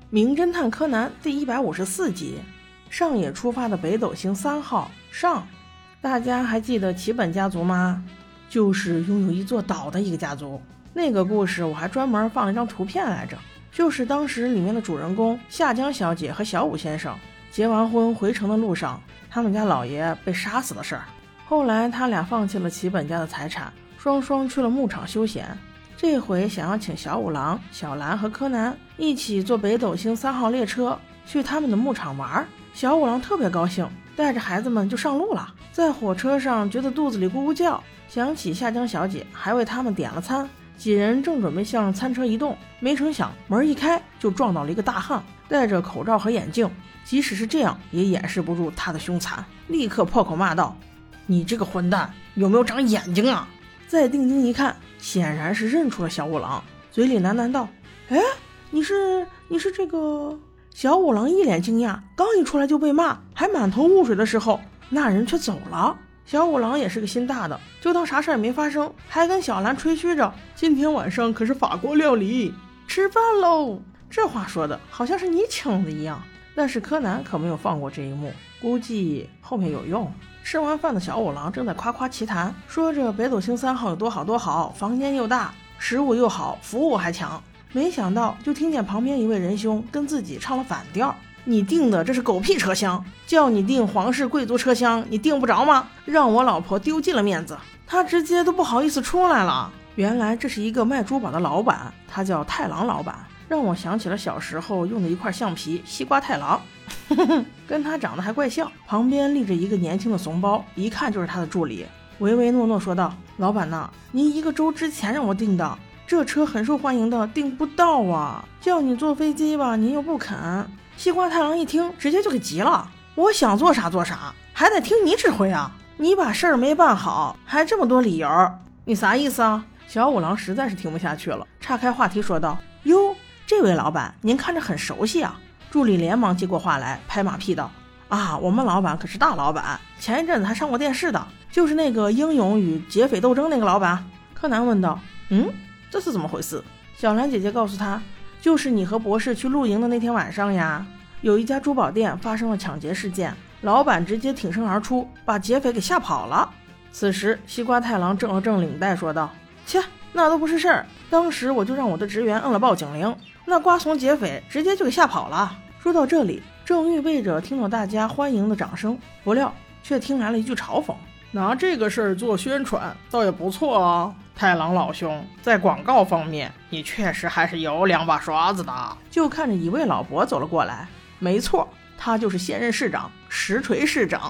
名侦探柯南第154集，上野出发的北斗星3号上。大家还记得齐本家族吗？就是拥有一座岛的一个家族。那个故事我还专门放了一张图片来着，就是当时里面的主人公夏江小姐和小武先生结完婚回城的路上，他们家老爷被杀死的事儿。后来他俩放弃了齐本家的财产，双双去了牧场休闲。这回想要请小五郎、小兰和柯南一起坐北斗星3号列车去他们的牧场玩。小五郎特别高兴，带着孩子们就上路了。在火车上觉得肚子里咕咕叫，想起夏江小姐还为他们点了餐，几人正准备向餐车移动，没成想门一开就撞到了一个大汉，戴着口罩和眼镜，即使是这样也掩饰不住他的凶残，立刻破口骂道：你这个混蛋，有没有长眼睛啊？再定睛一看，显然是认出了小五郎，嘴里喃喃道：哎，你是这个……小五郎一脸惊讶，刚一出来就被骂，还满头雾水的时候，那人却走了。小五郎也是个心大的，就当啥事也没发生，还跟小兰吹嘘着今天晚上可是法国料理，吃饭喽。这话说的好像是你请的一样。但是柯南可没有放过这一幕，估计后面有用。吃完饭的小五郎正在夸夸其谈，说着北斗星3号有多好多好，房间又大，食物又好，服务还强。没想到就听见旁边一位仁兄跟自己唱了反调：你订的这是狗屁车厢，叫你订皇室贵族车厢你订不着吗？让我老婆丢尽了面子，他直接都不好意思出来了。原来这是一个卖珠宝的老板，他叫太郎老板，让我想起了小时候用的一块橡皮西瓜太郎跟他长得还怪像。旁边立着一个年轻的怂包，一看就是他的助理，唯唯诺诺说道：老板呐，您1个周之前让我订的，这车很受欢迎的，订不到啊，叫你坐飞机吧您又不肯。西瓜太郎一听直接就给急了：我想做啥做啥，还得听你指挥啊，你把事儿没办好还这么多理由，你啥意思啊？小五郎实在是听不下去了，岔开话题说道：哟，这位老板您看着很熟悉啊。助理连忙接过话来，拍马屁道：啊，我们老板可是大老板，前一阵子还上过电视的，就是那个英勇与劫匪斗争那个老板。柯南问道：这是怎么回事？小兰姐姐告诉他，就是你和博士去露营的那天晚上呀，有一家珠宝店发生了抢劫事件，老板直接挺身而出，把劫匪给吓跑了。此时西瓜太郎正了正领带说道：切，那都不是事儿，当时我就让我的职员摁了报警铃，那瓜怂劫匪直接就给吓跑了。说到这里，正预备着听到大家欢迎的掌声，不料却听来了一句嘲讽：拿这个事儿做宣传倒也不错啊，太郎老兄，在广告方面你确实还是有2把刷子的。就看着一位老伯走了过来，没错，他就是现任市长石锤市长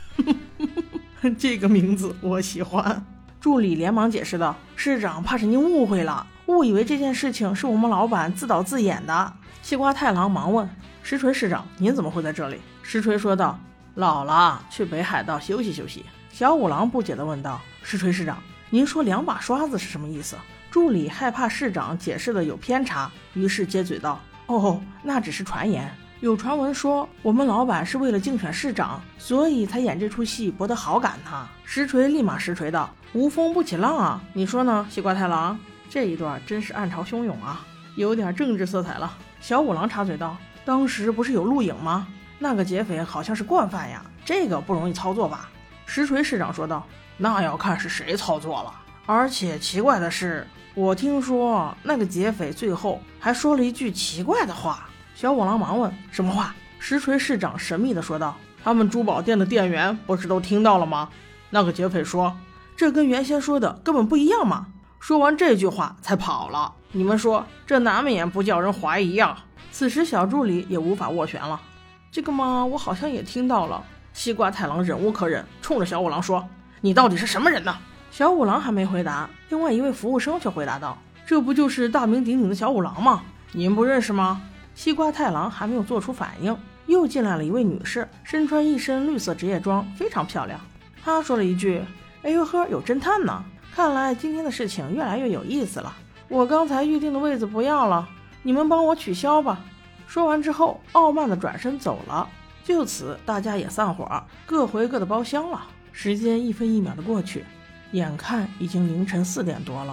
这个名字我喜欢。助理连忙解释道：市长怕是您误会了，误以为这件事情是我们老板自导自演的。西瓜太郎忙问：石锤市长您怎么会在这里？石锤说道：老了，去北海道休息休息。小五郎不解地问道：石锤市长，您说2把刷子是什么意思？助理害怕市长解释的有偏差，于是接嘴道：哦，那只是传言，有传闻说我们老板是为了竞选市长，所以才演这出戏博得好感呢。石锤立马实锤道：无风不起浪啊，你说呢，西瓜太郎？这一段真是暗潮汹涌啊，有点政治色彩了。小五郎插嘴道：当时不是有录影吗？那个劫匪好像是惯犯呀，这个不容易操作吧？石锤市长说道：那要看是谁操作了，而且奇怪的是，我听说那个劫匪最后还说了一句奇怪的话。小五郎忙问：什么话？石锤市长神秘地说道：他们珠宝店的店员不是都听到了吗？那个劫匪说，这跟原先说的根本不一样嘛。说完这句话才跑了，你们说这难免不叫人怀疑啊。此时小助理也无法斡旋了：这个嘛，我好像也听到了。西瓜太郎忍无可忍，冲着小五郎说：你到底是什么人呢？小五郎还没回答，另外一位服务生却回答道：这不就是大名鼎鼎的小五郎吗？您不认识吗？西瓜太郎还没有做出反应，又进来了一位女士，身穿一身绿色职业装，非常漂亮。她说了一句：哎呦呵，有侦探呢，看来今天的事情越来越有意思了，我刚才预定的位子不要了，你们帮我取消吧。说完之后傲慢地转身走了。就此大家也散伙，各回各的包厢了。时间1分1秒的过去，眼看已经凌晨4点多了，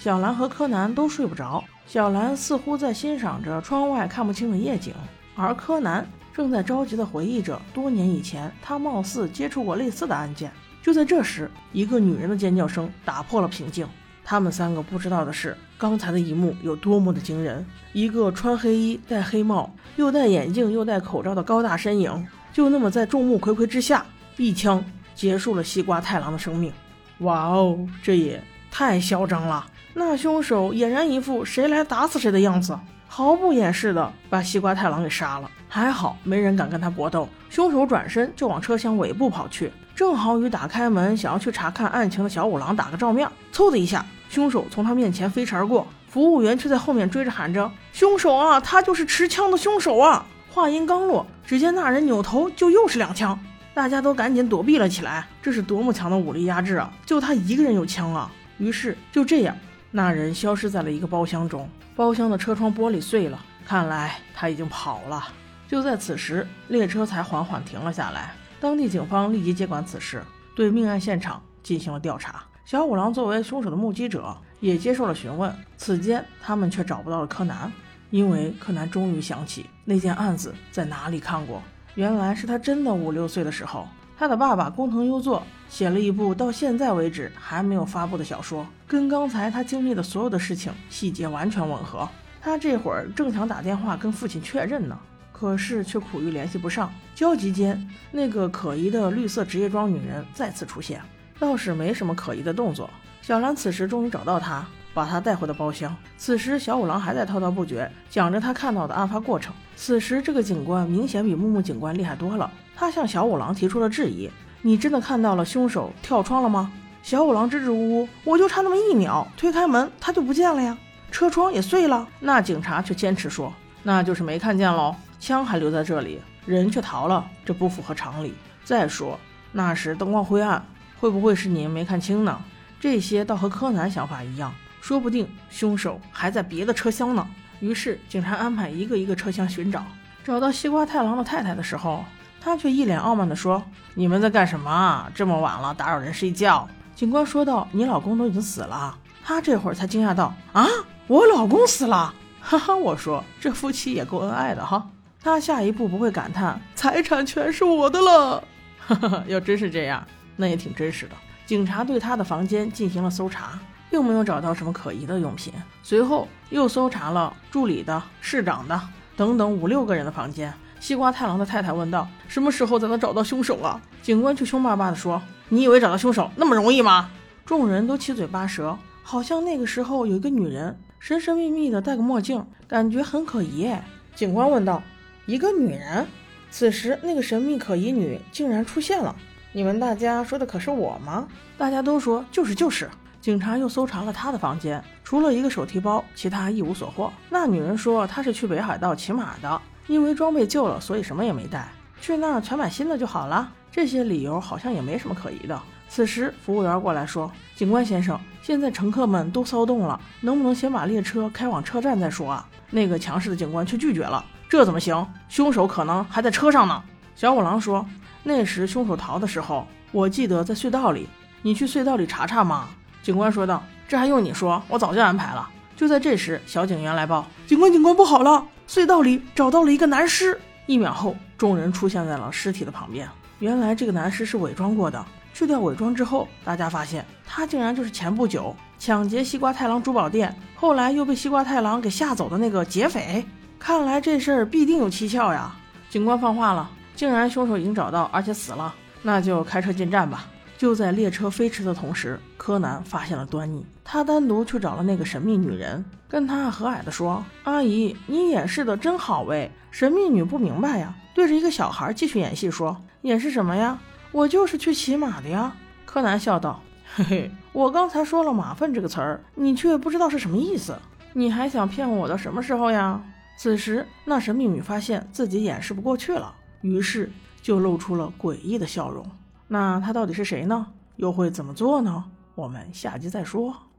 小兰和柯南都睡不着。小兰似乎在欣赏着窗外看不清的夜景，而柯南正在着急地回忆着多年以前他貌似接触过类似的案件。就在这时，一个女人的尖叫声打破了平静。他们三个不知道的是，刚才的一幕有多么的惊人。一个穿黑衣、戴黑帽、又戴眼镜又戴口罩的高大身影，就那么在众目睽睽之下，一枪结束了西瓜太郎的生命。哇哦，这也太嚣张了！那凶手俨然一副谁来打死谁的样子，毫不掩饰的把西瓜太郎给杀了。还好没人敢跟他搏斗，凶手转身就往车厢尾部跑去，正好与打开门想要去查看案情的小五郎打个照面。嗖的一下，凶手从他面前飞驰而过，服务员却在后面追着喊着：凶手啊，他就是持枪的凶手啊！话音刚落，只见那人扭头就又是2枪，大家都赶紧躲避了起来。这是多么强的武力压制啊，就他一个人有枪啊！于是就这样，那人消失在了一个包厢中，包厢的车窗玻璃碎了，看来他已经跑了。就在此时，列车才缓缓停了下来。当地警方立即接管此事，对命案现场进行了调查。小五郎作为凶手的目击者，也接受了询问。此间，他们却找不到了柯南，因为柯南终于想起那件案子在哪里看过。原来是他真的5、6岁的时候，他的爸爸工藤优作写了一部到现在为止还没有发布的小说，跟刚才他经历的所有的事情细节完全吻合。他这会儿正想打电话跟父亲确认呢，可是却苦于联系不上。焦急间，那个可疑的绿色职业装女人再次出现，倒是没什么可疑的动作。小兰此时终于找到他，把他带回了包厢。此时小五郎还在滔滔不绝讲着他看到的案发过程。此时这个警官明显比木木警官厉害多了，他向小五郎提出了质疑：你真的看到了凶手跳窗了吗？小五郎支支吾吾：我就差那么1秒，推开门他就不见了呀，车窗也碎了。那警察却坚持说：那就是没看见咯，枪还留在这里，人却逃了，这不符合常理。再说那时灯光灰暗，会不会是您没看清呢？这些倒和柯南想法一样，说不定凶手还在别的车厢呢。于是警察安排一个一个车厢寻找。找到西瓜太郎的太太的时候，他却一脸傲慢地说：你们在干什么？这么晚了，打扰人睡觉。警官说道：你老公都已经死了。他这会儿才惊讶道：啊，我老公死了？哈哈，我说这夫妻也够恩爱的哈。他下一步不会感叹财产全是我的了？哈哈，要真是这样，那也挺真实的。警察对他的房间进行了搜查，并没有找到什么可疑的用品。随后又搜查了助理的、市长的等等5、6个人的房间。西瓜太郎的太太问道：什么时候才能找到凶手啊？警官却凶巴巴地说：你以为找到凶手那么容易吗？众人都七嘴八舌，好像那个时候有一个女人神神秘秘的戴个墨镜，感觉很可疑。警官问道：一个女人？此时那个神秘可疑女竟然出现了。你们大家说的可是我吗？大家都说就是。警察又搜查了她的房间，除了一个手提包，其他一无所获。那女人说她是去北海道骑马的，因为装备旧了，所以什么也没带，去那儿全买新的就好了。这些理由好像也没什么可疑的。此时服务员过来说：警官先生，现在乘客们都骚动了，能不能先把列车开往车站再说啊？那个强势的警官却拒绝了：这怎么行？凶手可能还在车上呢。小五郎说：那时凶手逃的时候，我记得在隧道里，你去隧道里查查吗？警官说道：这还用你说，我早就安排了。就在这时，小警员来报：警官不好了，隧道里找到了一个男尸。1秒后，众人出现在了尸体的旁边。原来这个男尸是伪装过的。去掉伪装之后，大家发现他竟然就是前不久抢劫西瓜太郎珠宝店，后来又被西瓜太郎给吓走的那个劫匪。看来这事儿必定有蹊跷呀。警官放话了，竟然凶手已经找到，而且死了，那就开车进站吧。就在列车飞驰的同时，柯南发现了端倪，他单独去找了那个神秘女人，跟她和蔼地说：阿姨，你演示的真好喂。神秘女不明白呀，对着一个小孩继续演戏说：演示什么呀？我就是去骑马的呀。柯南笑道：嘿嘿，我刚才说了马粪这个词儿，你却不知道是什么意思，你还想骗我到什么时候呀？此时那神秘女发现自己掩饰不过去了，于是就露出了诡异的笑容。那她到底是谁呢？又会怎么做呢？我们下集再说。